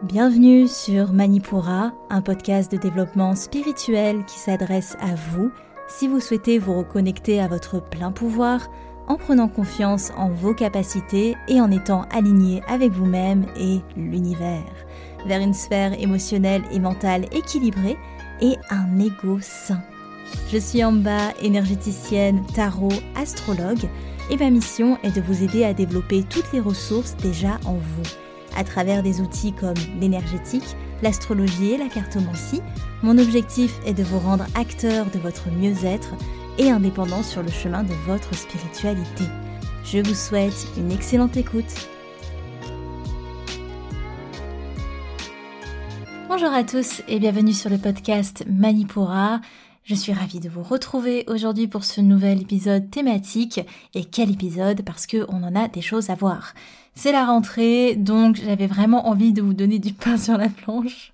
Bienvenue sur Manipura, un podcast de développement spirituel qui s'adresse à vous si vous souhaitez vous reconnecter à votre plein pouvoir en prenant confiance en vos capacités et en étant aligné avec vous-même et l'univers, vers une sphère émotionnelle et mentale équilibrée et un ego sain. Je suis Amba, énergéticienne, tarot, astrologue et ma mission est de vous aider à développer toutes les ressources déjà en vous. À travers des outils comme l'énergétique, l'astrologie et la cartomancie, mon objectif est de vous rendre acteur de votre mieux-être et indépendant sur le chemin de votre spiritualité. Je vous souhaite une excellente écoute. Bonjour à tous et bienvenue sur le podcast Manipura. Je suis ravie de vous retrouver aujourd'hui pour ce nouvel épisode thématique. Et quel épisode, parce qu'on en a des choses à voir. C'est la rentrée, donc j'avais vraiment envie de vous donner du pain sur la planche.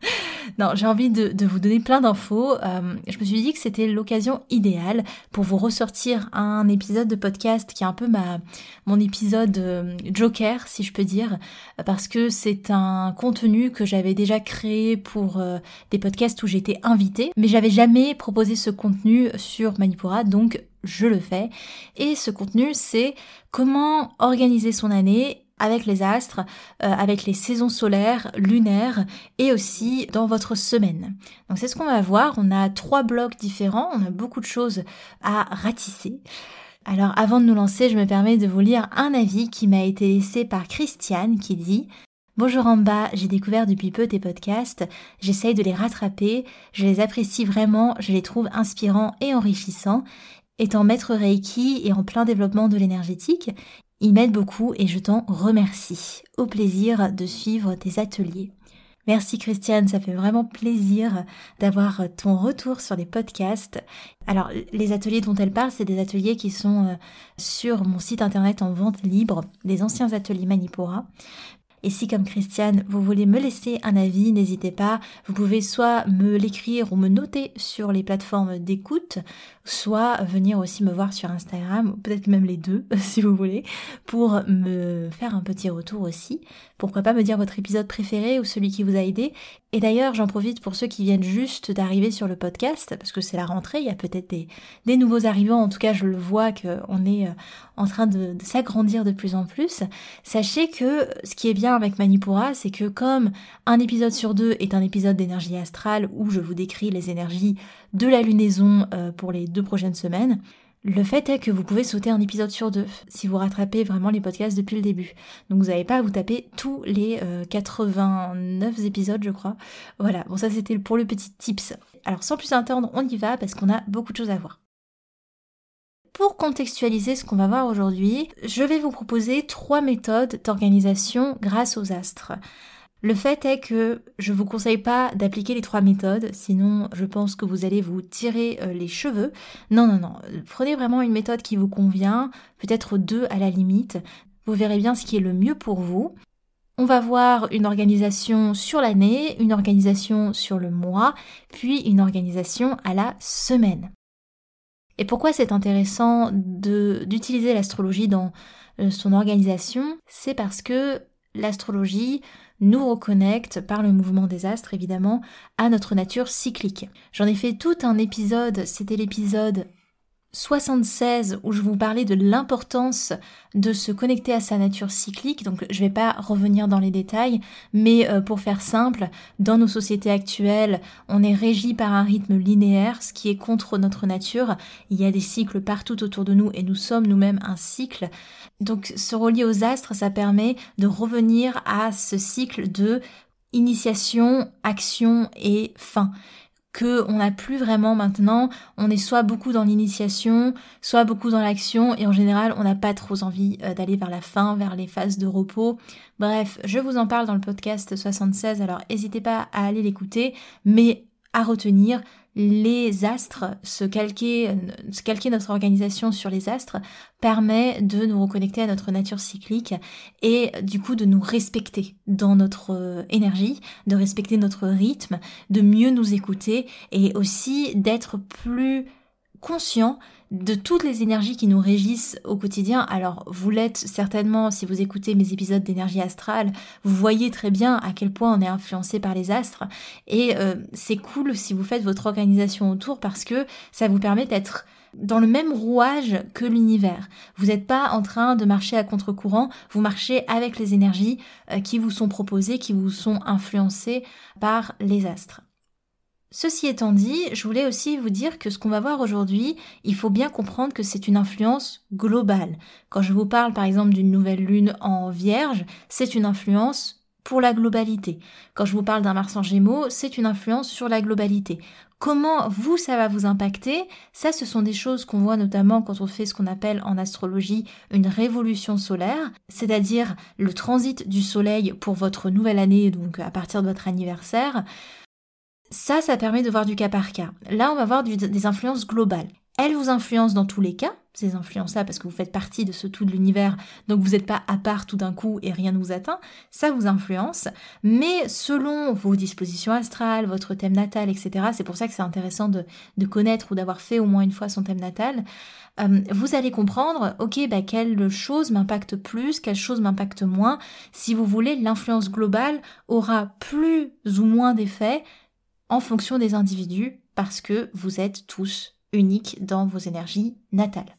Non, j'ai envie de vous donner plein d'infos. Je me suis dit que c'était l'occasion idéale pour vous ressortir un épisode de podcast qui est un peu mon épisode Joker, si je peux dire, parce que c'est un contenu que j'avais déjà créé pour des podcasts où j'étais invitée, mais j'avais jamais proposé ce contenu sur Manipura, donc je le fais. Et ce contenu, c'est comment organiser son année avec les astres, avec les saisons solaires, lunaires et aussi dans votre semaine. Donc c'est ce qu'on va voir, on a 3 blocs différents, on a beaucoup de choses à ratisser. Alors avant de nous lancer, je me permets de vous lire un avis qui m'a été laissé par Christiane qui dit « Bonjour Amba, j'ai découvert depuis peu tes podcasts, j'essaye de les rattraper, je les apprécie vraiment, je les trouve inspirants et enrichissants. Étant maître Reiki et en plein développement de l'énergétique, ils m'aident beaucoup et je t'en remercie. Au plaisir de suivre tes ateliers. » Merci Christiane, ça fait vraiment plaisir d'avoir ton retour sur les podcasts. Alors, les ateliers dont elle parle, c'est des ateliers qui sont sur mon site internet en vente libre, les anciens ateliers Manipura. Et si comme Christiane, vous voulez me laisser un avis, n'hésitez pas, vous pouvez soit me l'écrire ou me noter sur les plateformes d'écoute, soit venir aussi me voir sur Instagram, peut-être même les deux si vous voulez, pour me faire un petit retour aussi. Pourquoi pas me dire votre épisode préféré ou celui qui vous a aidé. Et d'ailleurs, j'en profite pour ceux qui viennent juste d'arriver sur le podcast, parce que c'est la rentrée, il y a peut-être des nouveaux arrivants, en tout cas je le vois qu'on est en train de s'agrandir de plus en plus. Sachez que ce qui est bien avec Manipura, c'est que comme un épisode sur 2 est un épisode d'énergie astrale où je vous décris les énergies de la lunaison pour les 2 prochaines semaines, le fait est que vous pouvez sauter un épisode sur 2 si vous rattrapez vraiment les podcasts depuis le début. Donc vous n'avez pas à vous taper tous les 89 épisodes je crois. Voilà, bon ça c'était pour le petit tips. Alors sans plus attendre, on y va parce qu'on a beaucoup de choses à voir. Pour contextualiser ce qu'on va voir aujourd'hui, je vais vous proposer 3 méthodes d'organisation grâce aux astres. Le fait est que je vous conseille pas d'appliquer les 3 méthodes, sinon je pense que vous allez vous tirer les cheveux. Non, prenez vraiment une méthode qui vous convient, peut-être 2 à la limite. Vous verrez bien ce qui est le mieux pour vous. On va voir une organisation sur l'année, une organisation sur le mois, puis une organisation à la semaine. Et pourquoi c'est intéressant d'utiliser l'astrologie dans son organisation ? C'est parce que l'astrologie nous reconnecte par le mouvement des astres évidemment à notre nature cyclique. J'en ai fait tout un épisode, c'était l'épisode 76 où je vous parlais de l'importance de se connecter à sa nature cyclique, donc je vais pas revenir dans les détails, mais pour faire simple, dans nos sociétés actuelles, on est régi par un rythme linéaire, ce qui est contre notre nature. Il y a des cycles partout autour de nous et nous sommes nous-mêmes un cycle. Donc se relier aux astres, ça permet de revenir à ce cycle de initiation, action et fin. Que on n'a plus vraiment maintenant, on est soit beaucoup dans l'initiation, soit beaucoup dans l'action et en général on n'a pas trop envie d'aller vers la fin, vers les phases de repos. Bref, je vous en parle dans le podcast 76, alors n'hésitez pas à aller l'écouter, mais à retenir, les astres, se calquer notre organisation sur les astres permet de nous reconnecter à notre nature cyclique et du coup de nous respecter dans notre énergie, de respecter notre rythme, de mieux nous écouter et aussi d'être plus conscient de toutes les énergies qui nous régissent au quotidien. Alors, vous l'êtes certainement si vous écoutez mes épisodes d'énergie astrale, vous voyez très bien à quel point on est influencé par les astres, et c'est cool si vous faites votre organisation autour parce que ça vous permet d'être dans le même rouage que l'univers. Vous n'êtes pas en train de marcher à contre-courant, vous marchez avec les énergies qui vous sont proposées, qui vous sont influencées par les astres. Ceci étant dit, je voulais aussi vous dire que ce qu'on va voir aujourd'hui, il faut bien comprendre que c'est une influence globale. Quand je vous parle par exemple d'une nouvelle lune en Vierge, c'est une influence pour la globalité. Quand je vous parle d'un Mars en Gémeaux, c'est une influence sur la globalité. Comment vous, ça va vous impacter? Ça, ce sont des choses qu'on voit notamment quand on fait ce qu'on appelle en astrologie une révolution solaire, c'est-à-dire le transit du soleil pour votre nouvelle année, donc à partir de votre anniversaire. Ça permet de voir du cas par cas. Là, on va voir des influences globales. Elles vous influencent dans tous les cas, ces influences-là, parce que vous faites partie de ce tout de l'univers, donc vous n'êtes pas à part tout d'un coup et rien ne vous atteint, ça vous influence, mais selon vos dispositions astrales, votre thème natal, etc., c'est pour ça que c'est intéressant de connaître ou d'avoir fait au moins une fois son thème natal, vous allez comprendre, quelle chose m'impacte plus, quelle chose m'impacte moins. Si vous voulez, l'influence globale aura plus ou moins d'effet en fonction des individus, parce que vous êtes tous uniques dans vos énergies natales.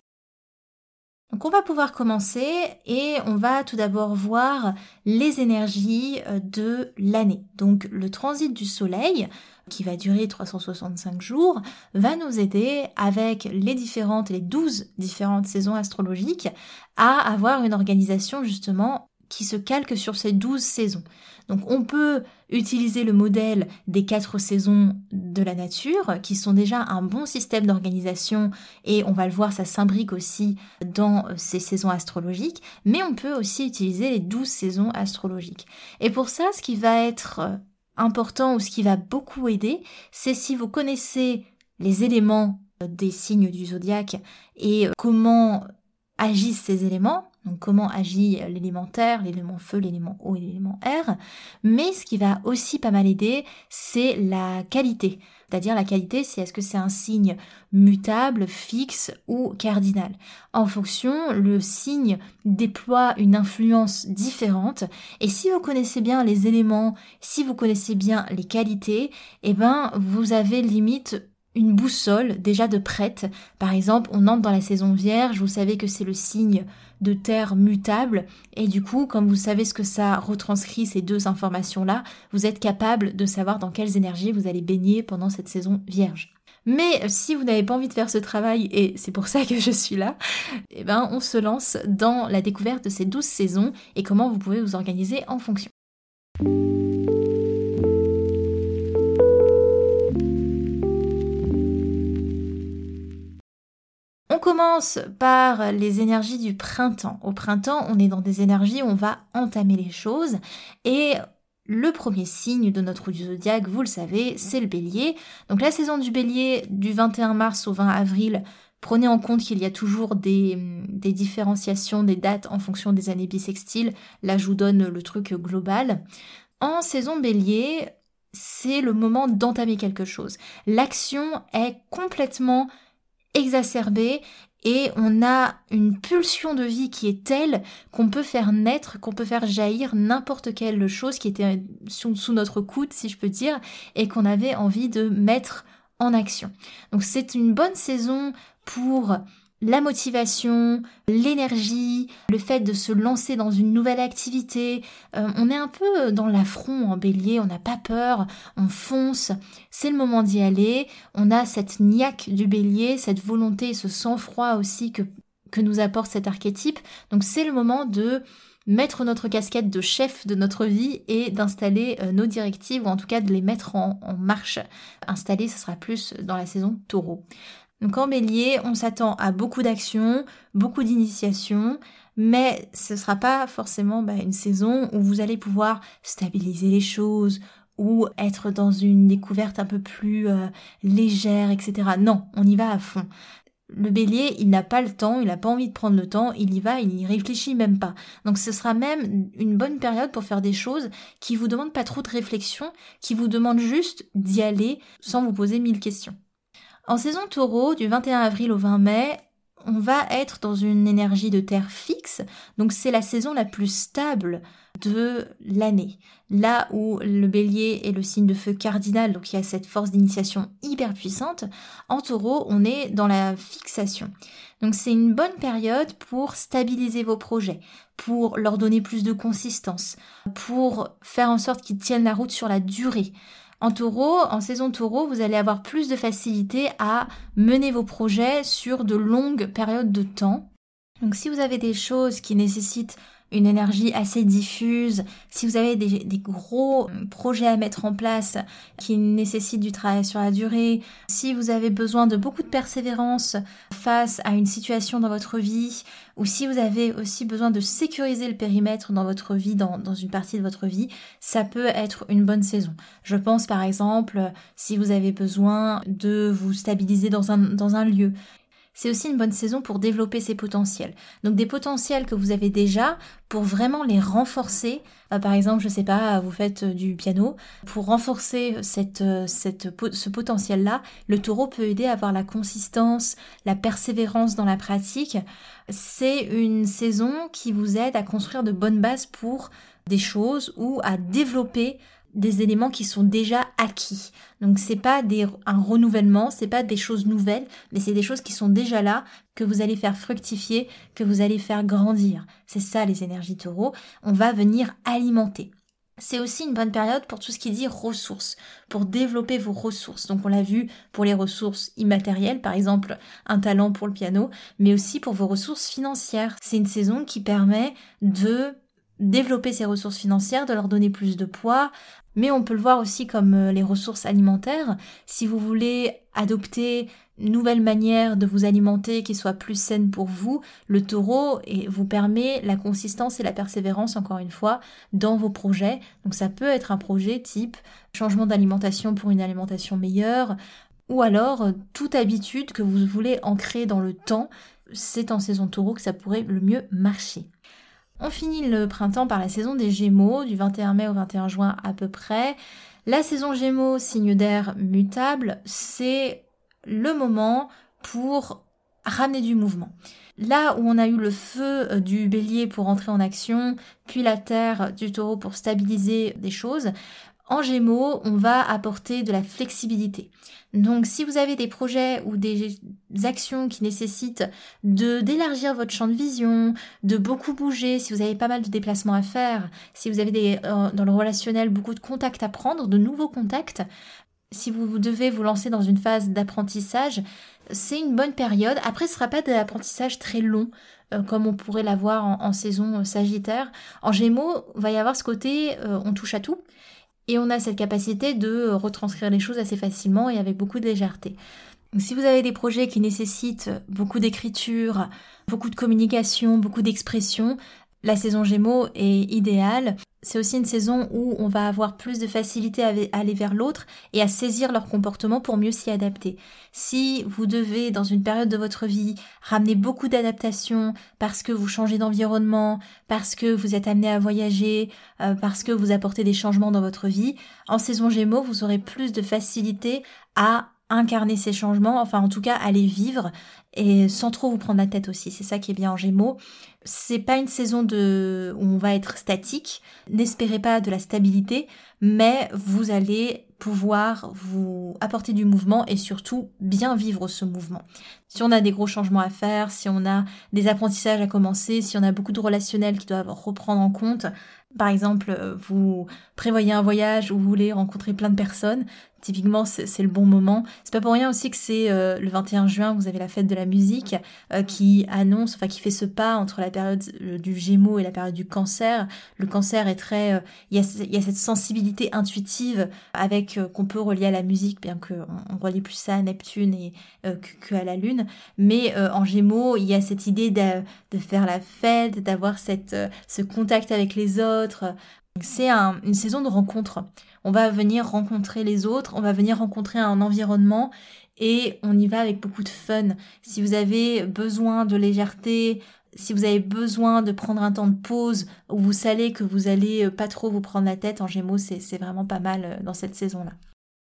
Donc on va pouvoir commencer et on va tout d'abord voir les énergies de l'année. Donc le transit du soleil, qui va durer 365 jours, va nous aider avec les 12 différentes saisons astrologiques à avoir une organisation justement qui se calque sur ces 12 saisons. Donc on peut utiliser le modèle des 4 saisons de la nature, qui sont déjà un bon système d'organisation, et on va le voir, ça s'imbrique aussi dans ces saisons astrologiques, mais on peut aussi utiliser les 12 saisons astrologiques. Et pour ça, ce qui va être important, ou ce qui va beaucoup aider, c'est si vous connaissez les éléments des signes du zodiaque et comment agissent ces éléments, donc comment agit l'élément terre, l'élément feu, l'élément eau et l'élément air, mais ce qui va aussi pas mal aider, c'est la qualité. C'est-à-dire la qualité, c'est est-ce que c'est un signe mutable, fixe ou cardinal. En fonction, le signe déploie une influence différente, et si vous connaissez bien les éléments, si vous connaissez bien les qualités, vous avez limite une boussole déjà de prête. Par exemple, on entre dans la saison Vierge, vous savez que c'est le signe de terre mutable, et du coup, comme vous savez ce que ça retranscrit, ces deux informations-là, vous êtes capable de savoir dans quelles énergies vous allez baigner pendant cette saison Vierge. Mais si vous n'avez pas envie de faire ce travail, et c'est pour ça que je suis là, on se lance dans la découverte de ces 12 saisons et comment vous pouvez vous organiser en fonction. On commence par les énergies du printemps. Au printemps, on est dans des énergies où on va entamer les choses, et le premier signe de notre zodiaque, vous le savez, c'est le bélier. Donc la saison du bélier, du 21 mars au 20 avril, prenez en compte qu'il y a toujours des différenciations des dates en fonction des années bissextiles. Là, je vous donne le truc global. En saison bélier, c'est le moment d'entamer quelque chose. L'action est complètement exacerbée et on a une pulsion de vie qui est telle qu'on peut faire naître, qu'on peut faire jaillir n'importe quelle chose qui était sous notre coude, si je peux dire, et qu'on avait envie de mettre en action. Donc c'est une bonne saison pour la motivation, l'énergie, le fait de se lancer dans une nouvelle activité. On est un peu dans l'affront en bélier, on n'a pas peur, on fonce, c'est le moment d'y aller. On a cette niaque du bélier, cette volonté, ce sang-froid aussi que nous apporte cet archétype. Donc c'est le moment de mettre notre casquette de chef de notre vie et d'installer nos directives, ou en tout cas de les mettre en marche. Installer, ce sera plus dans la saison taureau. Donc en bélier, on s'attend à beaucoup d'actions, beaucoup d'initiations, mais ce ne sera pas forcément une saison où vous allez pouvoir stabiliser les choses ou être dans une découverte un peu plus légère, etc. Non, on y va à fond. Le bélier, il n'a pas le temps, il n'a pas envie de prendre le temps, il y va, il n'y réfléchit même pas. Donc ce sera même une bonne période pour faire des choses qui vous demandent pas trop de réflexion, qui vous demandent juste d'y aller sans vous poser 1000 questions. En saison taureau, du 21 avril au 20 mai, on va être dans une énergie de terre fixe, donc c'est la saison la plus stable de l'année. Là où le bélier est le signe de feu cardinal, donc il y a cette force d'initiation hyper puissante, en taureau, on est dans la fixation. Donc c'est une bonne période pour stabiliser vos projets, pour leur donner plus de consistance, pour faire en sorte qu'ils tiennent la route sur la durée. En taureau, en saison taureau, vous allez avoir plus de facilité à mener vos projets sur de longues périodes de temps. Donc si vous avez des choses qui nécessitent une énergie assez diffuse, si vous avez des gros projets à mettre en place qui nécessitent du travail sur la durée, si vous avez besoin de beaucoup de persévérance face à une situation dans votre vie, ou si vous avez aussi besoin de sécuriser le périmètre dans votre vie, dans une partie de votre vie, ça peut être une bonne saison. Je pense par exemple si vous avez besoin de vous stabiliser dans un lieu. C'est aussi une bonne saison pour développer ses potentiels. Donc des potentiels que vous avez déjà pour vraiment les renforcer. Par exemple, je sais pas, vous faites du piano. Pour renforcer ce potentiel-là, le taureau peut aider à avoir la consistance, la persévérance dans la pratique. C'est une saison qui vous aide à construire de bonnes bases pour des choses ou à développer des éléments qui sont déjà acquis. Donc c'est pas un renouvellement, c'est pas des choses nouvelles, mais c'est des choses qui sont déjà là, que vous allez faire fructifier, que vous allez faire grandir. C'est ça les énergies taureau, on va venir alimenter. C'est aussi une bonne période pour tout ce qui dit ressources, pour développer vos ressources. Donc on l'a vu pour les ressources immatérielles, par exemple un talent pour le piano, mais aussi pour vos ressources financières. C'est une saison qui permet de développer ces ressources financières, de leur donner plus de poids, mais on peut le voir aussi comme les ressources alimentaires. Si vous voulez adopter une nouvelle manière de vous alimenter qui soit plus saine pour vous, le taureau vous permet la consistance et la persévérance, encore une fois, dans vos projets. Donc ça peut être un projet type changement d'alimentation pour une alimentation meilleure, ou alors toute habitude que vous voulez ancrer dans le temps. C'est en saison taureau que ça pourrait le mieux marcher. On finit le printemps par la saison des Gémeaux, du 21 mai au 21 juin à peu près. La saison Gémeaux, signe d'air mutable, c'est le moment pour ramener du mouvement. Là où on a eu le feu du bélier pour entrer en action, puis la terre du taureau pour stabiliser des choses, en Gémeaux, on va apporter de la flexibilité. Donc si vous avez des projets ou des actions qui nécessitent d'élargir votre champ de vision, de beaucoup bouger, si vous avez pas mal de déplacements à faire, si vous avez dans le relationnel beaucoup de contacts à prendre, de nouveaux contacts, si vous devez vous lancer dans une phase d'apprentissage, c'est une bonne période. Après, ce ne sera pas de l'apprentissage très long, comme on pourrait l'avoir en saison Sagittaire. En Gémeaux, il va y avoir ce côté, on touche à tout. Et on a cette capacité de retranscrire les choses assez facilement et avec beaucoup de légèreté. Donc, si vous avez des projets qui nécessitent beaucoup d'écriture, beaucoup de communication, beaucoup d'expression, la saison Gémeaux est idéale. C'est aussi une saison où on va avoir plus de facilité à aller vers l'autre et à saisir leur comportement pour mieux s'y adapter. Si vous devez, dans une période de votre vie, ramener beaucoup d'adaptation parce que vous changez d'environnement, parce que vous êtes amené à voyager, parce que vous apportez des changements dans votre vie, en saison Gémeaux, vous aurez plus de facilité à incarner ces changements, enfin en tout cas à les vivre et sans trop vous prendre la tête aussi. C'est ça qui est bien en Gémeaux. C'est pas une saison où on va être statique. N'espérez pas de la stabilité, mais vous allez pouvoir vous apporter du mouvement et surtout bien vivre ce mouvement. Si on a des gros changements à faire, si on a des apprentissages à commencer, si on a beaucoup de relationnels qui doivent reprendre en compte, par exemple, vous prévoyez un voyage ou vous voulez rencontrer plein de personnes, typiquement c'est le bon moment. C'est pas pour rien aussi que c'est le 21 juin, vous avez la fête de la musique qui annonce, enfin qui fait ce pas entre la période du Gémeaux et la période du Cancer. Le Cancer est très, il y a cette sensibilité intuitive avec qu'on peut relier à la musique, bien qu'on relie plus ça à Neptune et que à la Lune. Mais en Gémeaux, il y a cette idée de faire la fête, d'avoir ce contact avec les autres. C'est une saison de rencontre. On va venir rencontrer les autres, on va venir rencontrer un environnement et on y va avec beaucoup de fun. Si vous avez besoin de légèreté, si vous avez besoin de prendre un temps de pause où vous savez que vous allez pas trop vous prendre la tête, en Gémeaux, c'est vraiment pas mal dans cette saison-là.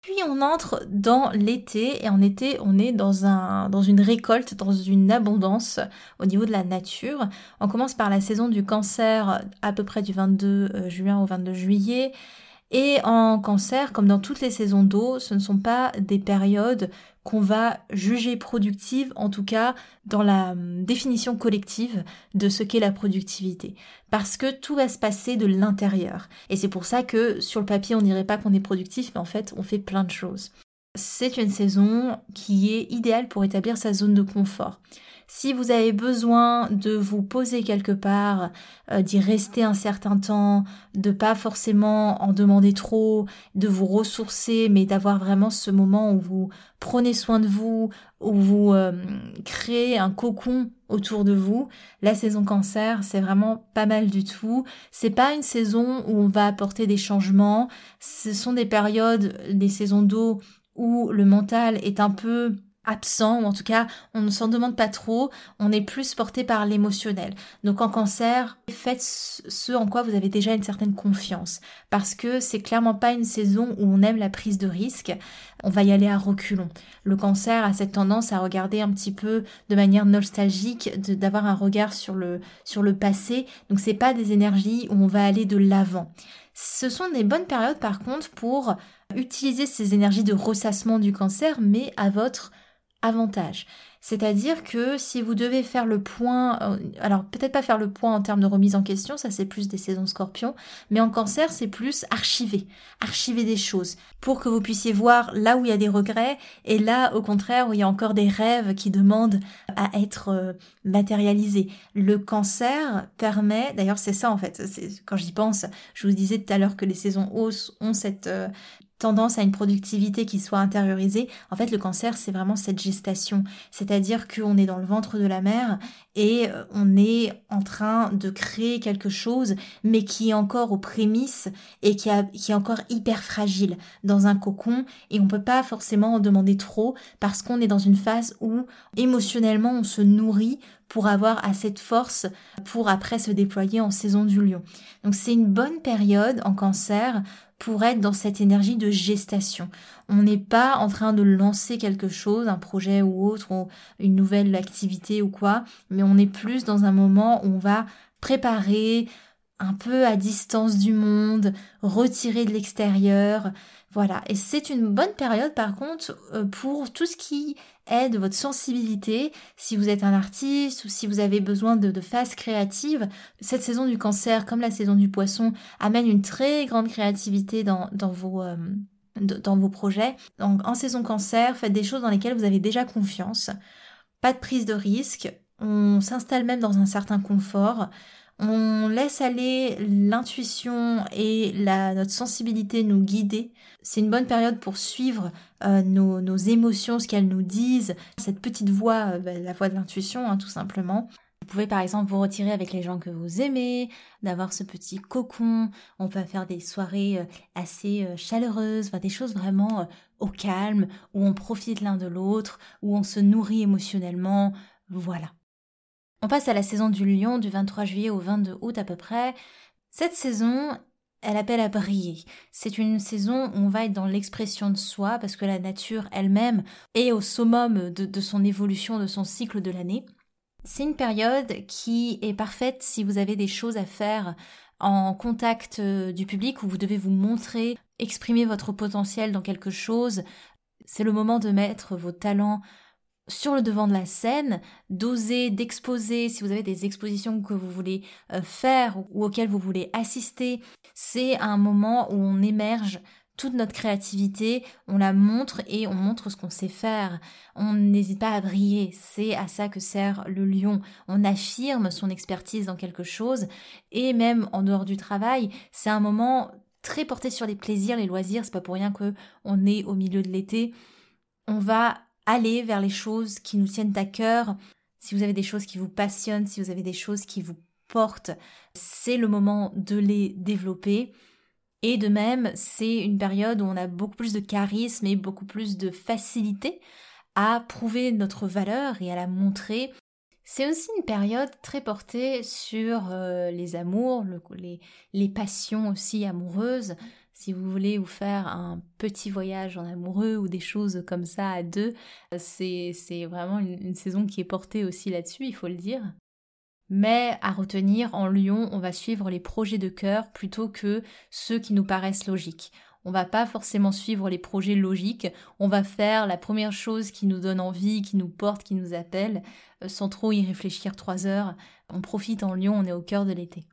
Puis on entre dans l'été et en été on est dans une récolte, dans une abondance au niveau de la nature. On commence par la saison du Cancer à peu près du 22 juin au 22 juillet. Et en Cancer, comme dans toutes les saisons d'eau, ce ne sont pas des périodes qu'on va juger productives, en tout cas dans la définition collective de ce qu'est la productivité. Parce que tout va se passer de l'intérieur. Et c'est pour ça que sur le papier, on dirait pas qu'on est productif, mais en fait, on fait plein de choses. C'est une saison qui est idéale pour établir sa zone de confort. Si vous avez besoin de vous poser quelque part, d'y rester un certain temps, de pas forcément en demander trop, de vous ressourcer, mais d'avoir vraiment ce moment où vous prenez soin de vous, où vous créez un cocon autour de vous, la saison Cancer, c'est vraiment pas mal du tout. C'est pas une saison où on va apporter des changements. Ce sont des périodes, des saisons d'eau où le mental est un peu absent, ou en tout cas on ne s'en demande pas trop, on est plus porté par l'émotionnel. Donc en Cancer, faites ce en quoi vous avez déjà une certaine confiance, parce que c'est clairement pas une saison où on aime la prise de risque, on va y aller à reculons. Le Cancer a cette tendance à regarder un petit peu de manière nostalgique, d'avoir un regard sur le passé, donc c'est pas des énergies où on va aller de l'avant. Ce sont des bonnes périodes par contre pour utiliser ces énergies de ressassement du Cancer, mais à votre avantage. C'est-à-dire que si vous devez faire le point, alors peut-être pas faire le point en termes de remise en question, ça c'est plus des saisons Scorpion, mais en Cancer c'est plus archiver des choses pour que vous puissiez voir là où il y a des regrets et là au contraire où il y a encore des rêves qui demandent à être matérialisés. Le Cancer permet, d'ailleurs c'est ça en fait, quand j'y pense, je vous disais tout à l'heure que les saisons hausses ont cette tendance à une productivité qui soit intériorisée. En fait, le Cancer, c'est vraiment cette gestation. C'est-à-dire qu'on est dans le ventre de la mère et on est en train de créer quelque chose, mais qui est encore aux prémices et qui est encore hyper fragile dans un cocon et on peut pas forcément en demander trop parce qu'on est dans une phase où émotionnellement on se nourrit pour avoir assez de force pour après se déployer en saison du Lion. Donc c'est une bonne période en Cancer pour être dans cette énergie de gestation. On n'est pas en train de lancer quelque chose, un projet ou autre, ou une nouvelle activité ou quoi, mais on est plus dans un moment où on va préparer un peu à distance du monde, retirer de l'extérieur, voilà. Et c'est une bonne période par contre pour tout ce qui aide votre sensibilité, si vous êtes un artiste ou si vous avez besoin de phases créatives. Cette saison du Cancer, comme la saison du Poisson, amène une très grande créativité dans vos projets. Donc en saison Cancer, faites des choses dans lesquelles vous avez déjà confiance, pas de prise de risque, on s'installe même dans un certain confort. On laisse aller l'intuition et notre sensibilité nous guider. C'est une bonne période pour suivre nos émotions, ce qu'elles nous disent. Cette petite voix, la voix de l'intuition, hein, tout simplement. Vous pouvez par exemple vous retirer avec les gens que vous aimez, d'avoir ce petit cocon. On peut faire des soirées assez chaleureuses, des choses vraiment au calme, où on profite l'un de l'autre, où on se nourrit émotionnellement. Voilà. On passe à la saison du Lion du 23 juillet au 22 août à peu près. Cette saison, elle appelle à briller. C'est une saison où on va être dans l'expression de soi parce que la nature elle-même est au summum de son évolution, de son cycle de l'année. C'est une période qui est parfaite si vous avez des choses à faire en contact du public où vous devez vous montrer, exprimer votre potentiel dans quelque chose. C'est le moment de mettre vos talents sur le devant de la scène, d'oser, d'exposer, si vous avez des expositions que vous voulez faire ou auxquelles vous voulez assister, c'est un moment où on émerge toute notre créativité, on la montre et on montre ce qu'on sait faire. On n'hésite pas à briller, c'est à ça que sert le Lion. On affirme son expertise dans quelque chose et même en dehors du travail, c'est un moment très porté sur les plaisirs, les loisirs, c'est pas pour rien que on est au milieu de l'été. On va aller vers les choses qui nous tiennent à cœur. Si vous avez des choses qui vous passionnent, si vous avez des choses qui vous portent, c'est le moment de les développer. Et de même, c'est une période où on a beaucoup plus de charisme et beaucoup plus de facilité à prouver notre valeur et à la montrer. C'est aussi une période très portée sur les amours, les passions aussi amoureuses. Si vous voulez vous faire un petit voyage en amoureux ou des choses comme ça à deux, c'est vraiment une saison qui est portée aussi là-dessus, il faut le dire. Mais à retenir, en Lion, on va suivre les projets de cœur plutôt que ceux qui nous paraissent logiques. On va pas forcément suivre les projets logiques, on va faire la première chose qui nous donne envie, qui nous porte, qui nous appelle, sans trop y réfléchir 3 heures. On profite en Lion, on est au cœur de l'été.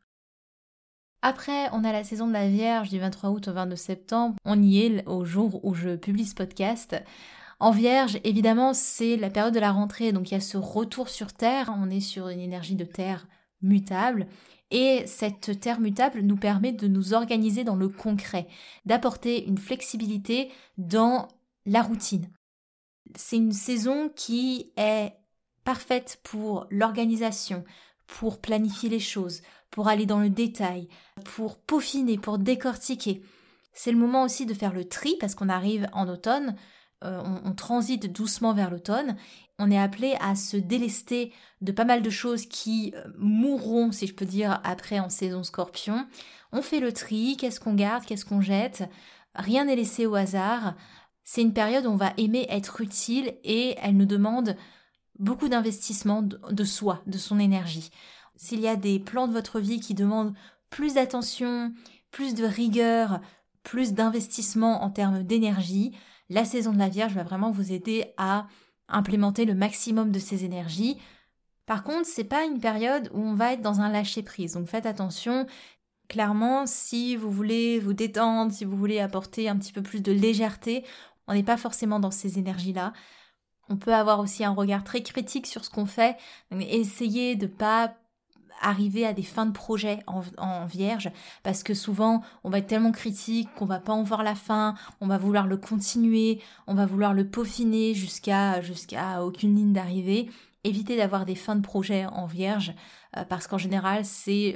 Après, on a la saison de la Vierge du 23 août au 22 septembre. On y est au jour où je publie ce podcast. En Vierge, évidemment, c'est la période de la rentrée, donc il y a ce retour sur Terre. On est sur une énergie de Terre mutable. Et cette Terre mutable nous permet de nous organiser dans le concret, d'apporter une flexibilité dans la routine. C'est une saison qui est parfaite pour l'organisation, pour planifier les choses, pour aller dans le détail, pour peaufiner, pour décortiquer. C'est le moment aussi de faire le tri parce qu'on arrive en automne, on transite doucement vers l'automne. On est appelé à se délester de pas mal de choses qui mourront, si je peux dire, après en saison Scorpion. On fait le tri, qu'est-ce qu'on garde, qu'est-ce qu'on jette. Rien n'est laissé au hasard. C'est une période où on va aimer être utile et elle nous demande beaucoup d'investissement de soi, de son énergie. S'il y a des plans de votre vie qui demandent plus d'attention, plus de rigueur, plus d'investissement en termes d'énergie, la saison de la Vierge va vraiment vous aider à implémenter le maximum de ces énergies. Par contre, c'est pas une période où on va être dans un lâcher-prise, donc faites attention. Clairement, si vous voulez vous détendre, si vous voulez apporter un petit peu plus de légèreté, on n'est pas forcément dans ces énergies-là. On peut avoir aussi un regard très critique sur ce qu'on fait, donc essayez de pas arriver à des fins de projet en Vierge, parce que souvent on va être tellement critique qu'on va pas en voir la fin, on va vouloir le continuer, on va vouloir le peaufiner jusqu'à aucune ligne d'arrivée. Évitez d'avoir des fins de projet en Vierge, parce qu'en général c'est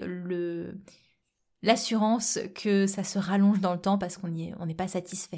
l'assurance que ça se rallonge dans le temps parce qu'on n'est pas satisfait.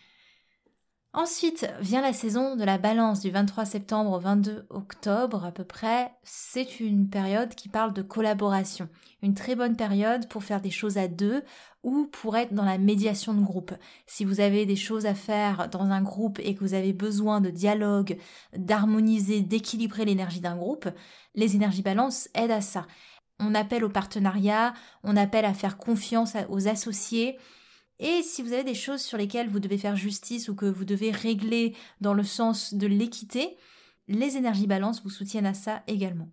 Ensuite vient la saison de la Balance du 23 septembre au 22 octobre à peu près. C'est une période qui parle de collaboration. Une très bonne période pour faire des choses à deux ou pour être dans la médiation de groupe. Si vous avez des choses à faire dans un groupe et que vous avez besoin de dialogue, d'harmoniser, d'équilibrer l'énergie d'un groupe, les énergies Balance aident à ça. On appelle au partenariat, on appelle à faire confiance aux associés. Et si vous avez des choses sur lesquelles vous devez faire justice ou que vous devez régler dans le sens de l'équité, les énergies Balance vous soutiennent à ça également.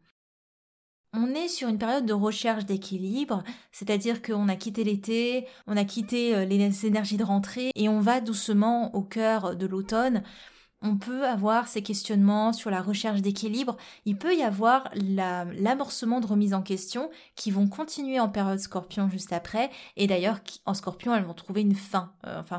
On est sur une période de recherche d'équilibre, c'est-à-dire qu'on a quitté l'été, on a quitté les énergies de rentrée et on va doucement au cœur de l'automne. On peut avoir ces questionnements sur la recherche d'équilibre. Il peut y avoir l'amorcement de remise en question qui vont continuer en période Scorpion juste après. Et d'ailleurs, en Scorpion, elles vont trouver une fin.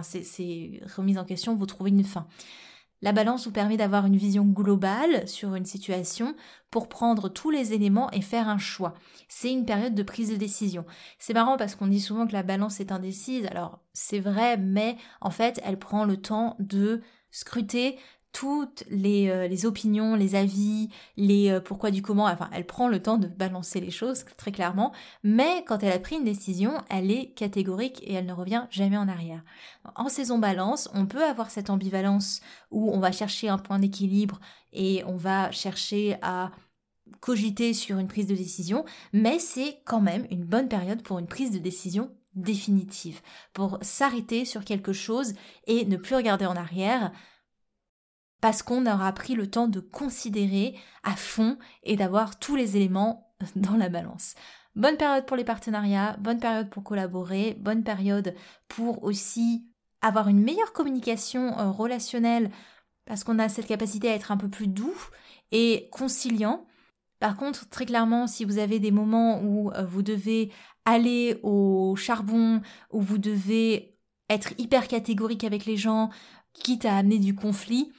Ces remises en question vont trouver une fin. La Balance vous permet d'avoir une vision globale sur une situation pour prendre tous les éléments et faire un choix. C'est une période de prise de décision. C'est marrant parce qu'on dit souvent que la Balance est indécise. Alors, c'est vrai, mais en fait, elle prend le temps de scruter toutes les opinions, les avis, les pourquoi du comment, enfin elle prend le temps de balancer les choses très clairement, mais quand elle a pris une décision, elle est catégorique et elle ne revient jamais en arrière. En saison Balance, on peut avoir cette ambivalence où on va chercher un point d'équilibre et on va chercher à cogiter sur une prise de décision, mais c'est quand même une bonne période pour une prise de décision définitive, pour s'arrêter sur quelque chose et ne plus regarder en arrière, parce qu'on aura pris le temps de considérer à fond et d'avoir tous les éléments dans la balance. Bonne période pour les partenariats, bonne période pour collaborer, bonne période pour aussi avoir une meilleure communication relationnelle, parce qu'on a cette capacité à être un peu plus doux et conciliant. Par contre, très clairement, si vous avez des moments où vous devez aller au charbon, où vous devez être hyper catégorique avec les gens, quitte à amener du conflit,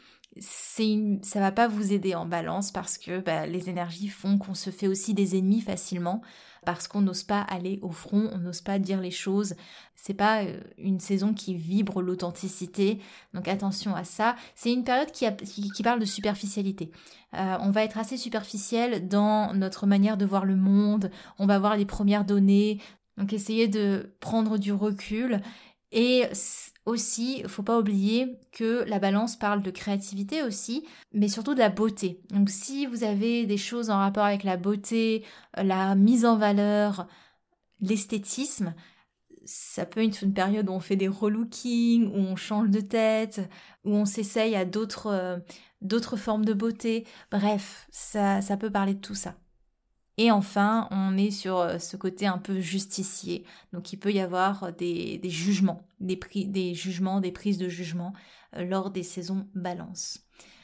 ça va pas vous aider en Balance parce que les énergies font qu'on se fait aussi des ennemis facilement parce qu'on n'ose pas aller au front, on n'ose pas dire les choses. C'est pas une saison qui vibre l'authenticité, donc attention à ça. C'est une période qui parle de superficialité. On va être assez superficiel dans notre manière de voir le monde, on va voir les premières données, donc essayez de prendre du recul Et aussi, faut pas oublier que la balance parle de créativité aussi, mais surtout de la beauté. Donc si vous avez des choses en rapport avec la beauté, la mise en valeur, l'esthétisme, ça peut être une période où on fait des relookings, où on change de tête, où on s'essaye à d'autres formes de beauté. Bref, ça peut parler de tout ça. Et enfin, on est sur ce côté un peu justicier. Donc il peut y avoir des jugements, des jugements, des prises de jugement lors des saisons balance.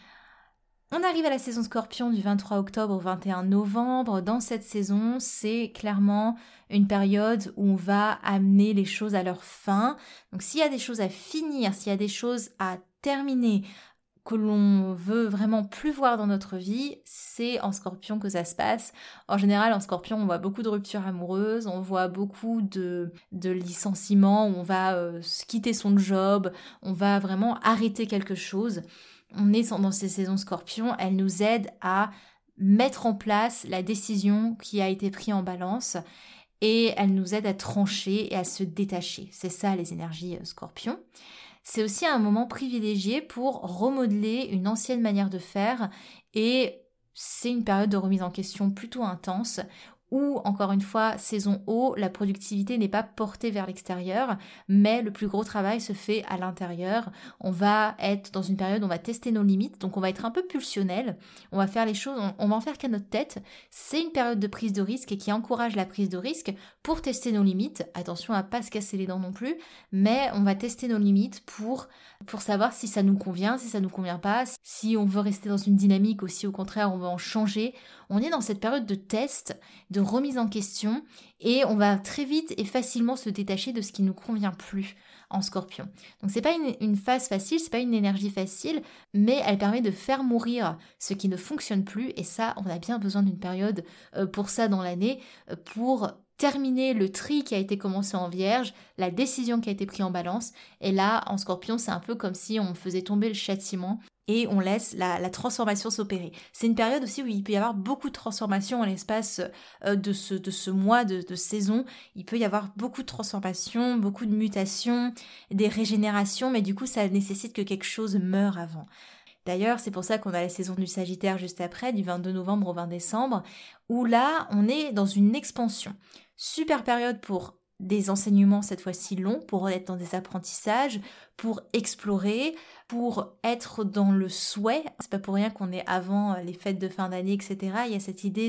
On arrive à la saison Scorpion du 23 octobre au 21 novembre. Dans cette saison, c'est clairement une période où on va amener les choses à leur fin. Donc s'il y a des choses à finir, s'il y a des choses à terminer, que l'on veut vraiment plus voir dans notre vie, c'est en Scorpion que ça se passe. En général, en Scorpion, on voit beaucoup de ruptures amoureuses, on voit beaucoup de licenciements, où on va quitter son job, on va vraiment arrêter quelque chose. On est dans ces saisons Scorpion, elles nous aident à mettre en place la décision qui a été prise en balance et elles nous aident à trancher et à se détacher. C'est ça les énergies Scorpion. C'est aussi un moment privilégié pour remodeler une ancienne manière de faire et c'est une période de remise en question plutôt intense où, encore une fois, saison haut, la productivité n'est pas portée vers l'extérieur, mais le plus gros travail se fait à l'intérieur. On va être dans une période où on va tester nos limites, donc on va être un peu pulsionnel, on va faire les choses, on va en faire qu'à notre tête. C'est une période de prise de risque et qui encourage la prise de risque pour tester nos limites. Attention à pas se casser les dents non plus, mais on va tester nos limites pour savoir si ça nous convient, si ça nous convient pas, si on veut rester dans une dynamique ou si au contraire on veut en changer. On est dans cette période de test, de remise en question et on va très vite et facilement se détacher de ce qui nous convient plus en Scorpion. Donc c'est pas une phase facile, c'est pas une énergie facile, mais elle permet de faire mourir ce qui ne fonctionne plus et ça, on a bien besoin d'une période pour ça dans l'année, pour terminer le tri qui a été commencé en Vierge, la décision qui a été prise en Balance. Et là, en Scorpion, c'est un peu comme si on faisait tomber le châtiment et on laisse la transformation s'opérer. C'est une période aussi où il peut y avoir beaucoup de transformations en l'espace de ce mois de saison. Il peut y avoir beaucoup de transformations, beaucoup de mutations, des régénérations, mais du coup, ça nécessite que quelque chose meure avant. D'ailleurs, c'est pour ça qu'on a la saison du Sagittaire juste après, du 22 novembre au 20 décembre, où là, on est dans une expansion. Super période pour des enseignements cette fois-ci longs, pour être dans des apprentissages, pour explorer, pour être dans le souhait. C'est pas pour rien qu'on est avant les fêtes de fin d'année, etc. Il y a cette idée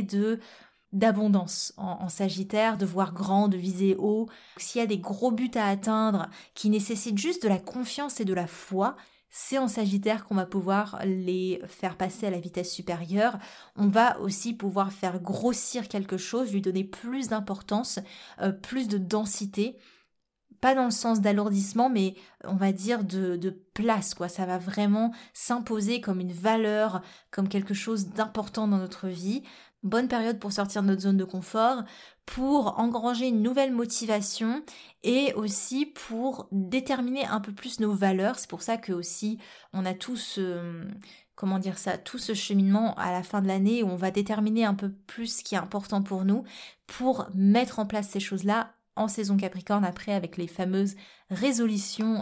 d'abondance en Sagittaire, de voir grand, de viser haut. S'il y a des gros buts à atteindre qui nécessitent juste de la confiance et de la foi, c'est en Sagittaire qu'on va pouvoir les faire passer à la vitesse supérieure. On va aussi pouvoir faire grossir quelque chose, lui donner plus d'importance, plus de densité. Pas dans le sens d'alourdissement, mais on va dire de place, quoi. Ça va vraiment s'imposer comme une valeur, comme quelque chose d'important dans notre vie. Bonne période pour sortir de notre zone de confort, pour engranger une nouvelle motivation et aussi pour déterminer un peu plus nos valeurs. C'est pour ça que aussi on a tout ce cheminement à la fin de l'année où on va déterminer un peu plus ce qui est important pour nous, pour mettre en place ces choses-là en saison Capricorne après avec les fameuses résolutions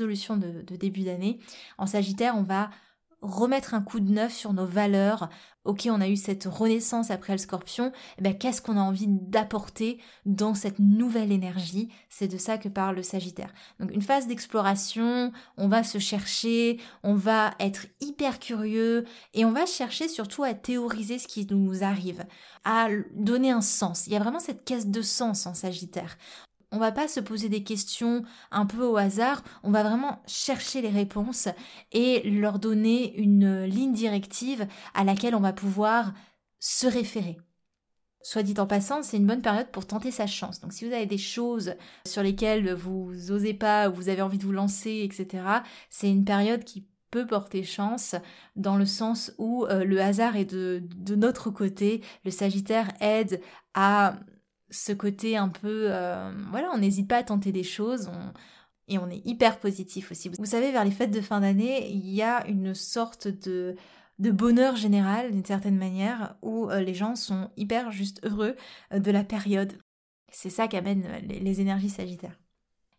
de début d'année. En Sagittaire, on va remettre un coup de neuf sur nos valeurs. Ok, on a eu cette renaissance après le Scorpion, qu'est-ce qu'on a envie d'apporter dans cette nouvelle énergie? C'est de ça que parle le Sagittaire. Donc une phase d'exploration, on va se chercher, on va être hyper curieux et on va chercher surtout à théoriser ce qui nous arrive, à donner un sens. Il y a vraiment cette quête de sens en Sagittaire. On va pas se poser des questions un peu au hasard, on va vraiment chercher les réponses et leur donner une ligne directive à laquelle on va pouvoir se référer. Soit dit en passant, c'est une bonne période pour tenter sa chance. Donc si vous avez des choses sur lesquelles vous osez pas, ou vous avez envie de vous lancer, etc., c'est une période qui peut porter chance dans le sens où le hasard est de notre côté. Le Sagittaire aide à ce côté un peu... on n'hésite pas à tenter des choses, et on est hyper positif aussi. Vous savez, vers les fêtes de fin d'année, il y a une sorte de bonheur général, d'une certaine manière, où les gens sont hyper juste heureux de la période. C'est ça qu'amènent les énergies sagittaires.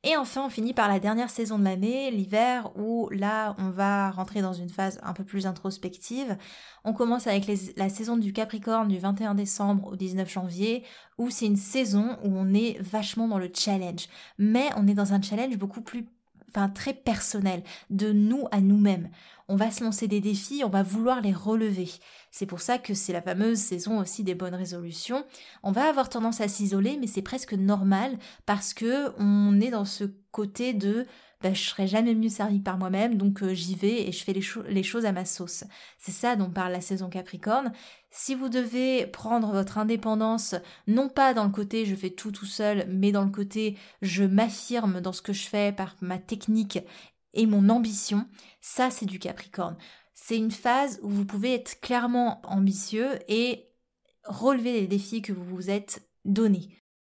Et enfin, on finit par la dernière saison de l'année, l'hiver, où là, on va rentrer dans une phase un peu plus introspective. On commence avec la saison du Capricorne du 21 décembre au 19 janvier, où c'est une saison où on est vachement dans le challenge. Mais on est dans un challenge beaucoup plus très personnel, de nous à nous-mêmes. On va se lancer des défis, on va vouloir les relever. C'est pour ça que c'est la fameuse saison aussi des bonnes résolutions. On va avoir tendance à s'isoler, mais c'est presque normal parce que on est dans ce côté de je serai jamais mieux servi par moi-même, donc j'y vais et je fais les choses à ma sauce. C'est ça dont parle la saison Capricorne. Si vous devez prendre votre indépendance, non pas dans le côté je fais tout seul, mais dans le côté je m'affirme dans ce que je fais par ma technique et mon ambition, ça c'est du Capricorne. C'est une phase où vous pouvez être clairement ambitieux et relever les défis que vous vous êtes donnés.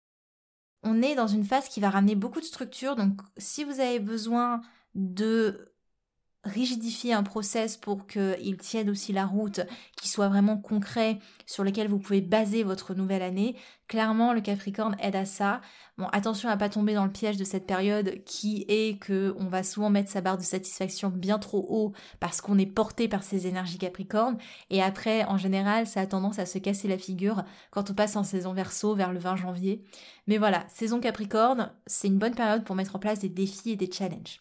On est dans une phase qui va ramener beaucoup de structure, donc si vous avez besoin de rigidifier un process pour qu'il tienne aussi la route, qu'il soit vraiment concret, sur lequel vous pouvez baser votre nouvelle année, clairement le Capricorne aide à ça. Bon, attention à pas tomber dans le piège de cette période qui est que on va souvent mettre sa barre de satisfaction bien trop haut parce qu'on est porté par ces énergies Capricorne, et après en général ça a tendance à se casser la figure quand on passe en saison Verseau vers le 20 janvier. Mais voilà, saison Capricorne, c'est une bonne période pour mettre en place des défis et des challenges.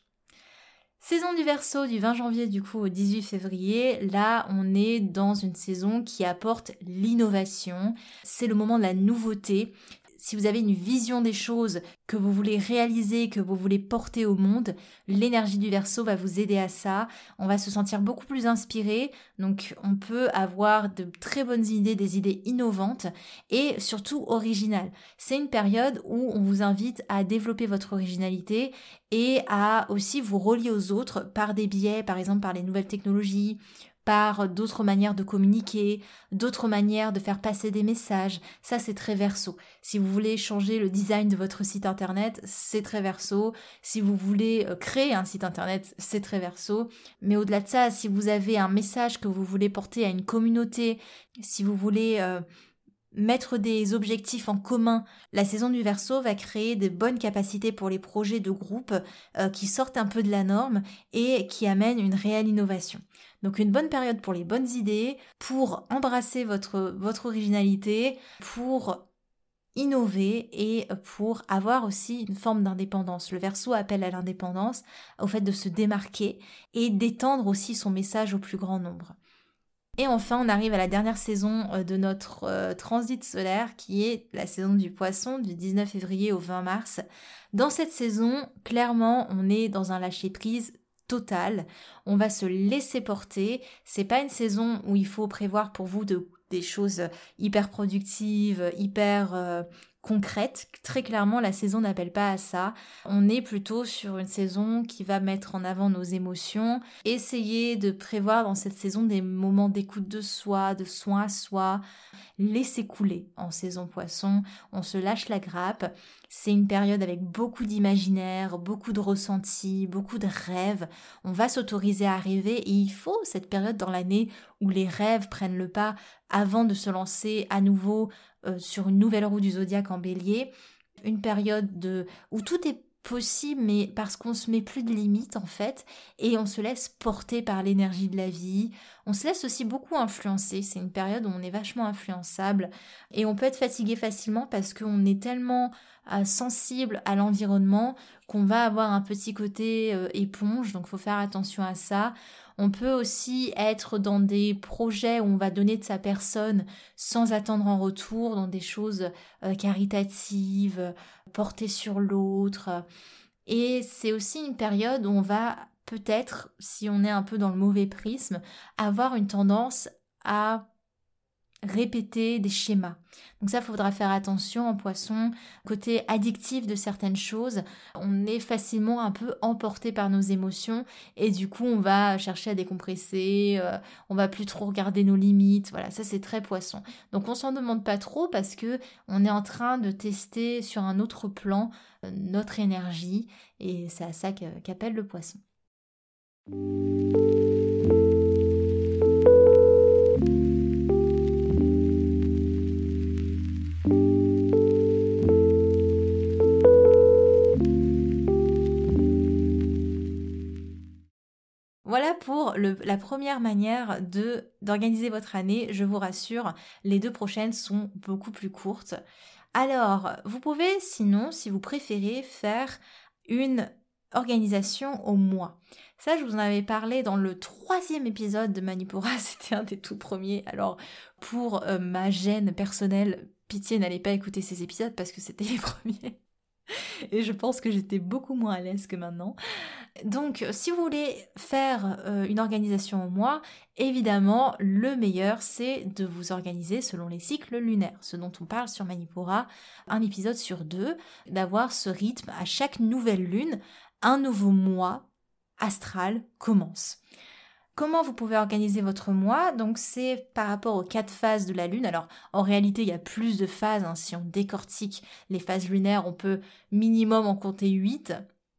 Saison du Verseau du 20 janvier du coup au 18 février, là on est dans une saison qui apporte l'innovation, c'est le moment de la nouveauté. Si vous avez une vision des choses que vous voulez réaliser, que vous voulez porter au monde, l'énergie du Verseau va vous aider à ça. On va se sentir beaucoup plus inspiré, donc on peut avoir de très bonnes idées, des idées innovantes et surtout originales. C'est une période où on vous invite à développer votre originalité et à aussi vous relier aux autres par des biais, par exemple par les nouvelles technologies, par d'autres manières de communiquer, d'autres manières de faire passer des messages. Ça, c'est très Verseau. Si vous voulez changer le design de votre site internet, c'est très Verseau. Si vous voulez créer un site internet, c'est très Verseau. Mais au-delà de ça, si vous avez un message que vous voulez porter à une communauté, si vous voulez mettre des objectifs en commun, la saison du Verseau va créer de bonnes capacités pour les projets de groupe qui sortent un peu de la norme et qui amènent une réelle innovation. Donc une bonne période pour les bonnes idées, pour embrasser votre originalité, pour innover et pour avoir aussi une forme d'indépendance. Le Verseau appelle à l'indépendance, au fait de se démarquer et d'étendre aussi son message au plus grand nombre. Et enfin, on arrive à la dernière saison de notre transit solaire qui est la saison du Poisson du 19 février au 20 mars. Dans cette saison, clairement, on est dans un lâcher-prise total. On va se laisser porter. C'est pas une saison où il faut prévoir pour vous des choses hyper productives, hyper concrètes. Très clairement, la saison n'appelle pas à ça. On est plutôt sur une saison qui va mettre en avant nos émotions. Essayez de prévoir dans cette saison des moments d'écoute de soi, de soin à soi. Laissez couler en saison Poisson. On se lâche la grappe. C'est une période avec beaucoup d'imaginaire, beaucoup de ressentis, beaucoup de rêves. On va s'autoriser à rêver et il faut cette période dans l'année où les rêves prennent le pas avant de se lancer à nouveau sur une nouvelle roue du zodiaque en Bélier. Une période où tout est possible, mais parce qu'on se met plus de limites en fait, et on se laisse porter par l'énergie de la vie. On se laisse aussi beaucoup influencer. C'est une période où on est vachement influençable et on peut être fatigué facilement parce qu'on est tellement sensible à l'environnement qu'on va avoir un petit côté éponge, donc faut faire attention à ça. On peut aussi être dans des projets où on va donner de sa personne sans attendre en retour, dans des choses caritatives, portées sur l'autre. Et c'est aussi une période où on va peut-être, si on est un peu dans le mauvais prisme, avoir une tendance à répéter des schémas. Donc ça, il faudra faire attention en Poisson. Côté addictif de certaines choses, on est facilement un peu emporté par nos émotions et du coup, on va chercher à décompresser, on va plus trop regarder nos limites. Voilà, ça c'est très Poisson. Donc on s'en demande pas trop parce que on est en train de tester sur un autre plan notre énergie et c'est à ça qu'appelle le Poisson. pour la première manière d'organiser votre année. Je vous rassure, les 2 prochaines sont beaucoup plus courtes. Alors, vous pouvez sinon, si vous préférez, faire une organisation au mois. Ça, je vous en avais parlé dans le 3e épisode de Manipura, c'était un des tout premiers. Alors, pour ma gêne personnelle, pitié, n'allez pas écouter ces épisodes parce que c'était les premiers. Et je pense que j'étais beaucoup moins à l'aise que maintenant. Donc, si vous voulez faire une organisation au mois, évidemment, le meilleur, c'est de vous organiser selon les cycles lunaires, ce dont on parle sur Manipura, un épisode sur 2, d'avoir ce rythme à chaque nouvelle lune, un nouveau mois astral commence. Comment vous pouvez organiser votre mois? Donc c'est par rapport aux 4 phases de la lune. Alors en réalité il y a plus de phases, si on décortique les phases lunaires on peut minimum en compter 8.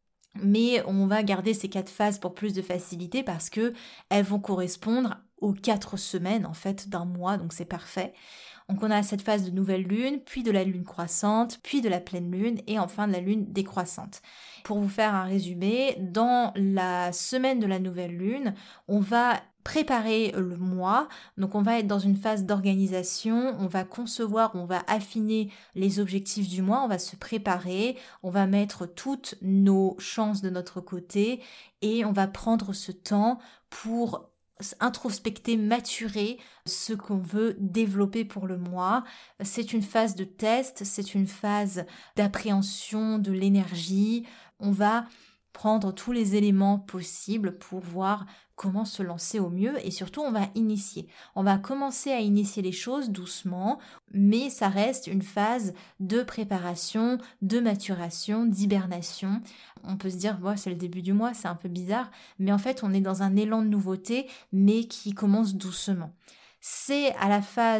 Mais on va garder ces 4 phases pour plus de facilité parce que elles vont correspondre aux 4 semaines en fait d'un mois, donc c'est parfait. Donc on a cette phase de nouvelle lune, puis de la lune croissante, puis de la pleine lune et enfin de la lune décroissante. Pour vous faire un résumé, dans la semaine de la nouvelle lune, on va préparer le mois, donc on va être dans une phase d'organisation, on va concevoir, on va affiner les objectifs du mois, on va se préparer, on va mettre toutes nos chances de notre côté et on va prendre ce temps pour introspecter, maturer ce qu'on veut développer pour le mois. C'est une phase de test, c'est une phase d'appréhension de l'énergie. On va prendre tous les éléments possibles pour voir comment se lancer au mieux et surtout on va initier. On va commencer à initier les choses doucement, mais ça reste une phase de préparation, de maturation, d'hibernation. On peut se dire, c'est le début du mois, c'est un peu bizarre, mais en fait on est dans un élan de nouveauté, mais qui commence doucement. C'est à la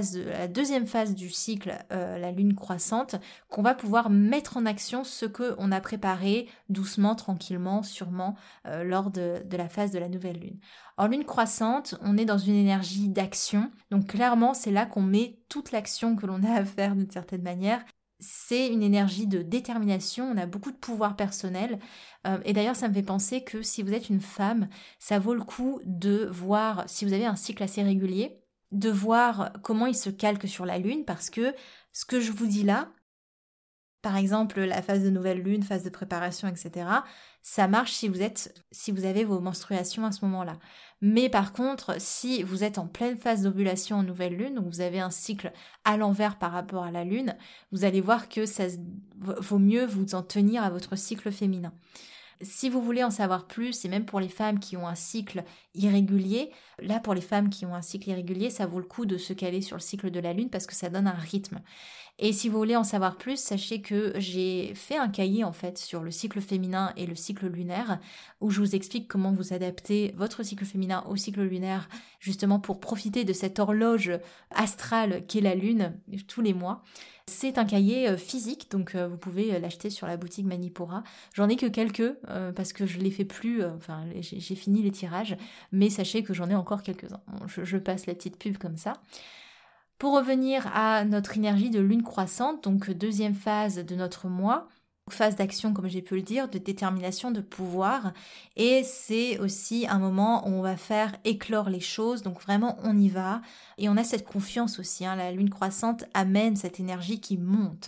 2e phase du cycle, la lune croissante, qu'on va pouvoir mettre en action ce qu'on a préparé doucement, tranquillement, sûrement, lors de la phase de la nouvelle lune. En lune croissante, on est dans une énergie d'action, donc clairement c'est là qu'on met toute l'action que l'on a à faire d'une certaine manière. C'est une énergie de détermination, on a beaucoup de pouvoir personnel. Et d'ailleurs, ça me fait penser que si vous êtes une femme, ça vaut le coup de voir, si vous avez un cycle assez régulier, de voir comment il se calque sur la lune, parce que ce que je vous dis là, par exemple la phase de nouvelle lune, phase de préparation, etc., ça marche si vous avez vos menstruations à ce moment-là. Mais par contre, si vous êtes en pleine phase d'ovulation en nouvelle lune, donc vous avez un cycle à l'envers par rapport à la lune, vous allez voir que ça vaut mieux vous en tenir à votre cycle féminin. Si vous voulez en savoir plus, et même pour les femmes qui ont un cycle irrégulier, là pour les femmes qui ont un cycle irrégulier, ça vaut le coup de se caler sur le cycle de la lune parce que ça donne un rythme. Et si vous voulez en savoir plus, sachez que j'ai fait un cahier en fait sur le cycle féminin et le cycle lunaire où je vous explique comment vous adapter votre cycle féminin au cycle lunaire justement pour profiter de cette horloge astrale qu'est la lune tous les mois. C'est un cahier physique, donc vous pouvez l'acheter sur la boutique Manipura. J'en ai que quelques parce que je les fais plus, j'ai fini les tirages, mais sachez que j'en ai encore quelques-uns. Je passe la petite pub comme ça. Pour revenir à notre énergie de lune croissante, donc 2e phase de notre mois, phase d'action comme j'ai pu le dire, de détermination, de pouvoir, et c'est aussi un moment où on va faire éclore les choses, donc vraiment on y va, et on a cette confiance aussi, la lune croissante amène cette énergie qui monte.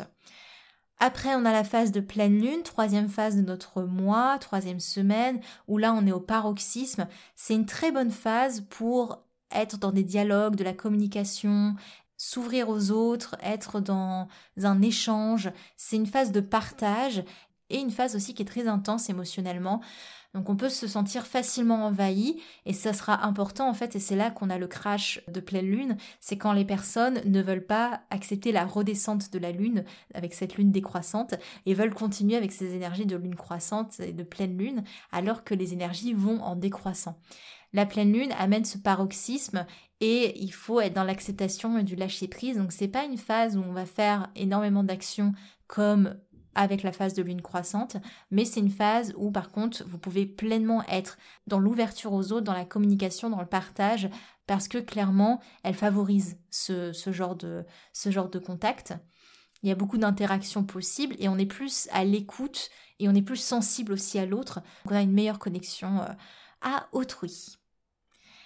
Après on a la phase de pleine lune, 3e phase de notre mois, 3e semaine, où là on est au paroxysme, c'est une très bonne phase pour être dans des dialogues, de la communication, s'ouvrir aux autres, être dans un échange. C'est une phase de partage et une phase aussi qui est très intense émotionnellement. Donc on peut se sentir facilement envahi et ça sera important en fait, et c'est là qu'on a le crash de pleine lune, c'est quand les personnes ne veulent pas accepter la redescente de la lune avec cette lune décroissante et veulent continuer avec ces énergies de lune croissante et de pleine lune alors que les énergies vont en décroissant. La pleine lune amène ce paroxysme et il faut être dans l'acceptation et du lâcher prise. Donc c'est pas une phase où on va faire énormément d'actions comme avec la phase de lune croissante, mais c'est une phase où par contre vous pouvez pleinement être dans l'ouverture aux autres, dans la communication, dans le partage, parce que clairement elle favorise ce genre de contact. Il y a beaucoup d'interactions possibles et on est plus à l'écoute et on est plus sensible aussi à l'autre. Donc on a une meilleure connexion à autrui.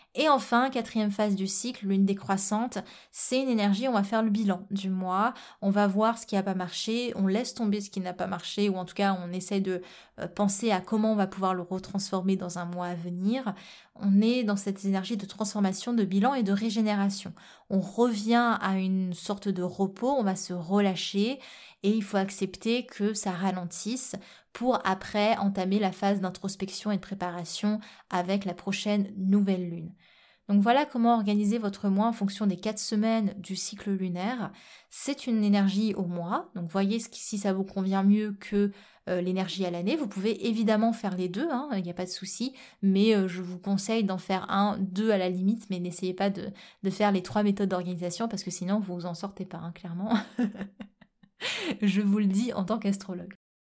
Et enfin, quatrième phase du cycle, lune décroissante, c'est une énergie, on va faire le bilan du mois, on va voir ce qui n'a pas marché, on laisse tomber ce qui n'a pas marché, ou en tout cas on essaie de penser à comment on va pouvoir le retransformer dans un mois à venir. On est dans cette énergie de transformation, de bilan et de régénération. On revient à une sorte de repos, on va se relâcher et il faut accepter que ça ralentisse pour après entamer la phase d'introspection et de préparation avec la prochaine nouvelle lune. Donc voilà comment organiser votre mois en fonction des 4 semaines du cycle lunaire. C'est une énergie au mois, donc voyez si ça vous convient mieux que l'énergie à l'année. Vous pouvez évidemment faire les deux, il n'y a pas de souci, mais je vous conseille d'en faire 1, 2 à la limite, mais n'essayez pas de faire les 3 méthodes d'organisation parce que sinon vous vous en sortez pas, clairement. Je vous le dis en tant qu'astrologue.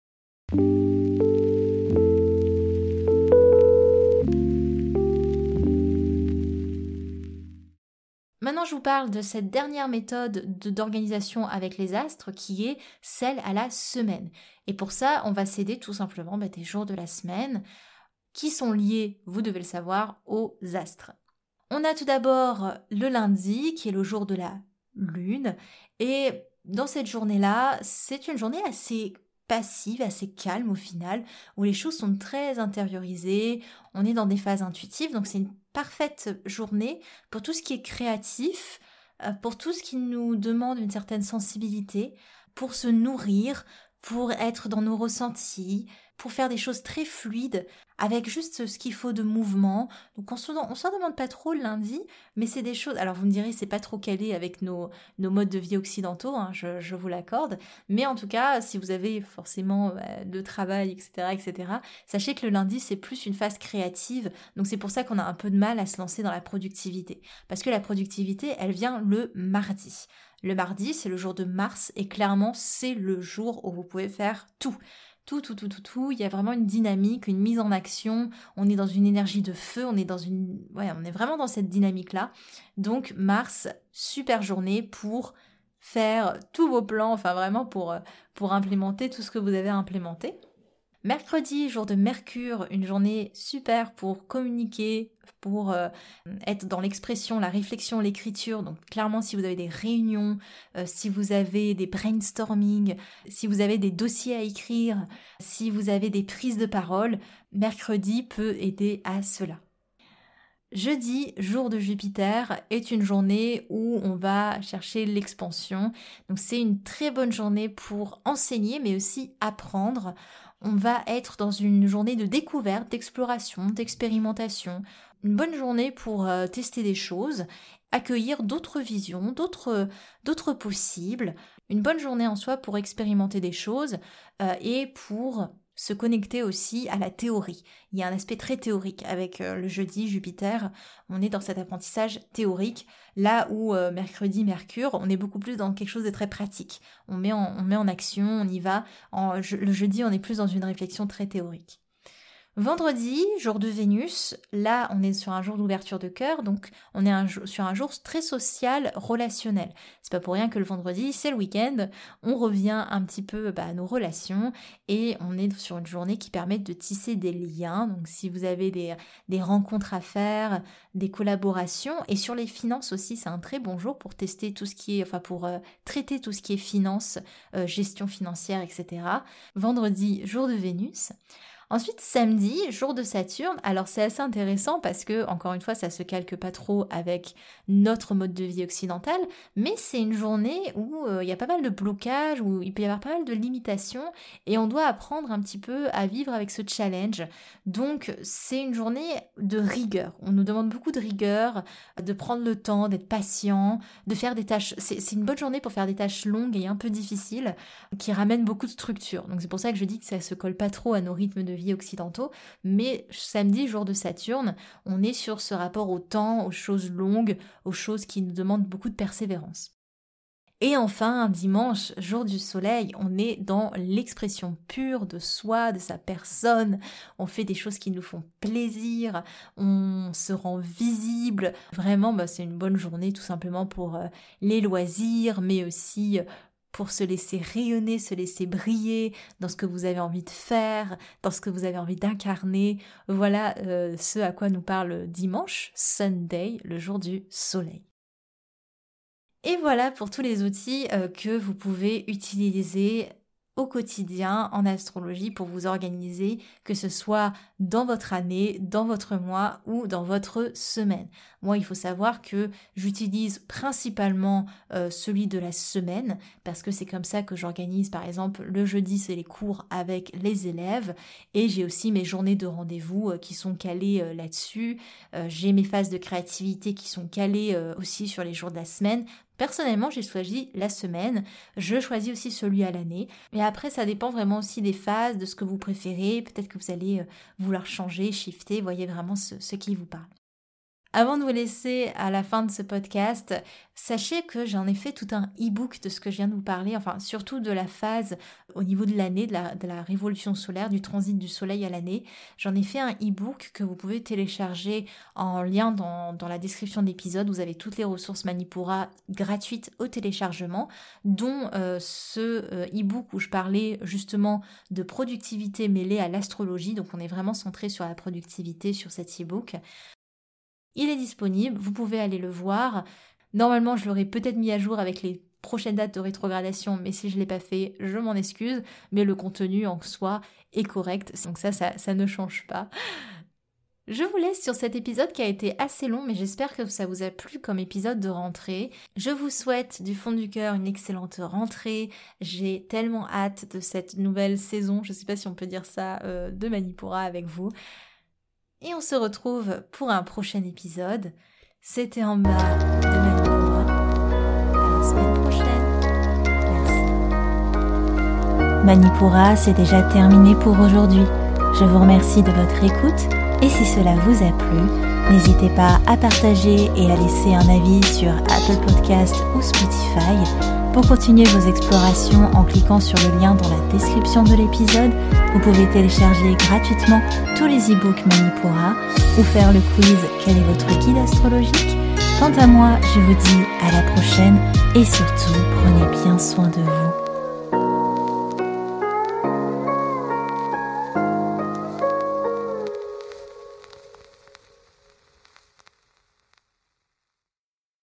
Maintenant, je vous parle de cette dernière méthode d'organisation avec les astres qui est celle à la semaine. Et pour ça, on va s'aider tout simplement des jours de la semaine qui sont liés, vous devez le savoir, aux astres. On a tout d'abord le lundi qui est le jour de la lune et dans cette journée-là, c'est une journée assez passive, assez calme au final, où les choses sont très intériorisées, on est dans des phases intuitives, donc c'est une parfaite journée pour tout ce qui est créatif, pour tout ce qui nous demande une certaine sensibilité, pour se nourrir, pour être dans nos ressentis, pour faire des choses très fluides, avec juste ce qu'il faut de mouvement. Donc on s'en demande pas trop le lundi, mais c'est des choses... Alors vous me direz, c'est pas trop calé avec nos modes de vie occidentaux, je vous l'accorde, mais en tout cas, si vous avez forcément le travail, etc., sachez que le lundi, c'est plus une phase créative, donc c'est pour ça qu'on a un peu de mal à se lancer dans la productivité. Parce que la productivité, elle vient le mardi. Le mardi, c'est le jour de Mars, et clairement, c'est le jour où vous pouvez faire tout. Tout. Il y a vraiment une dynamique, une mise en action. On est dans une énergie de feu. On est vraiment dans cette dynamique-là. Donc, Mars, super journée pour faire tous vos plans. Enfin, vraiment pour implémenter tout ce que vous avez à implémenter. Mercredi, jour de Mercure, une journée super pour communiquer, pour être dans l'expression, la réflexion, l'écriture. Donc clairement, si vous avez des réunions, si vous avez des brainstorming, si vous avez des dossiers à écrire, si vous avez des prises de parole, mercredi peut aider à cela. Jeudi, jour de Jupiter, est une journée où on va chercher l'expansion. Donc c'est une très bonne journée pour enseigner, mais aussi apprendre. On va être dans une journée de découverte, d'exploration, d'expérimentation. Une bonne journée pour tester des choses, accueillir d'autres visions, d'autres possibles. Une bonne journée en soi pour expérimenter des choses et pour se connecter aussi à la théorie. Il y a un aspect très théorique avec le jeudi, Jupiter. On est dans cet apprentissage théorique, là où mercredi, Mercure, on est beaucoup plus dans quelque chose de très pratique. On met en action, on y va. Le jeudi, on est plus dans une réflexion très théorique. Vendredi, jour de Vénus, là on est sur un jour d'ouverture de cœur, donc on est sur un jour très social, relationnel. C'est pas pour rien que le vendredi, c'est le week-end, on revient un petit peu à nos relations et on est sur une journée qui permet de tisser des liens. Donc si vous avez des rencontres à faire, des collaborations, et sur les finances aussi, c'est un très bon jour pour tester tout ce qui est, pour traiter tout ce qui est finance, gestion financière, etc. Vendredi, jour de Vénus. Ensuite, samedi, jour de Saturne. Alors c'est assez intéressant parce que, encore une fois, ça se calque pas trop avec notre mode de vie occidental, mais c'est une journée où il y a pas mal de blocages, où il peut y avoir pas mal de limitations, et on doit apprendre un petit peu à vivre avec ce challenge. Donc c'est une journée de rigueur. On nous demande beaucoup de rigueur, de prendre le temps, d'être patient, de faire des tâches. C'est une bonne journée pour faire des tâches longues et un peu difficiles, qui ramènent beaucoup de structure. Donc c'est pour ça que je dis que ça se colle pas trop à nos rythmes de vie occidentaux, mais samedi, jour de Saturne, on est sur ce rapport au temps, aux choses longues, aux choses qui nous demandent beaucoup de persévérance. Et enfin, dimanche, jour du soleil, on est dans l'expression pure de soi, de sa personne, on fait des choses qui nous font plaisir, on se rend visible. Vraiment, c'est une bonne journée tout simplement pour les loisirs, mais aussi pour se laisser rayonner, se laisser briller dans ce que vous avez envie de faire, dans ce que vous avez envie d'incarner. Voilà ce à quoi nous parle dimanche, Sunday, le jour du soleil. Et voilà pour tous les outils que vous pouvez utiliser au quotidien en astrologie pour vous organiser, que ce soit dans votre année, dans votre mois ou dans votre semaine. Moi, il faut savoir que j'utilise principalement celui de la semaine parce que c'est comme ça que j'organise. Par exemple, le jeudi, c'est les cours avec les élèves et j'ai aussi mes journées de rendez-vous qui sont calées là-dessus. J'ai mes phases de créativité qui sont calées aussi sur les jours de la semaine. Personnellement, j'ai choisi la semaine, je choisis aussi celui à l'année, mais après ça dépend vraiment aussi des phases, de ce que vous préférez, peut-être que vous allez vouloir changer, shifter, voyez vraiment ce qui vous parle. Avant de vous laisser à la fin de ce podcast, sachez que j'en ai fait tout un e-book de ce que je viens de vous parler, enfin surtout de la phase au niveau de l'année, de la révolution solaire, du transit du soleil à l'année. J'en ai fait un e-book que vous pouvez télécharger en lien dans la description de l'épisode. Vous avez toutes les ressources Manipura gratuites au téléchargement, dont ce e-book où je parlais justement de productivité mêlée à l'astrologie. Donc on est vraiment centré sur la productivité sur cet e-book. Il est disponible, vous pouvez aller le voir. Normalement, je l'aurais peut-être mis à jour avec les prochaines dates de rétrogradation, mais si je ne l'ai pas fait, je m'en excuse. Mais le contenu en soi est correct, donc ça ne change pas. Je vous laisse sur cet épisode qui a été assez long, mais j'espère que ça vous a plu comme épisode de rentrée. Je vous souhaite du fond du cœur une excellente rentrée. J'ai tellement hâte de cette nouvelle saison, je ne sais pas si on peut dire ça, de Manipura avec vous. Et on se retrouve pour un prochain épisode. C'était en bas de Manipura. À la semaine prochaine. Merci. Manipura, c'est déjà terminé pour aujourd'hui. Je vous remercie de votre écoute. Et si cela vous a plu, n'hésitez pas à partager et à laisser un avis sur Apple Podcast ou Spotify. Pour continuer vos explorations en cliquant sur le lien dans la description de l'épisode, vous pouvez télécharger gratuitement tous les e-books Manipura ou faire le quiz « Quel est votre guide astrologique ?» Quant à moi, je vous dis à la prochaine et surtout, prenez bien soin de vous.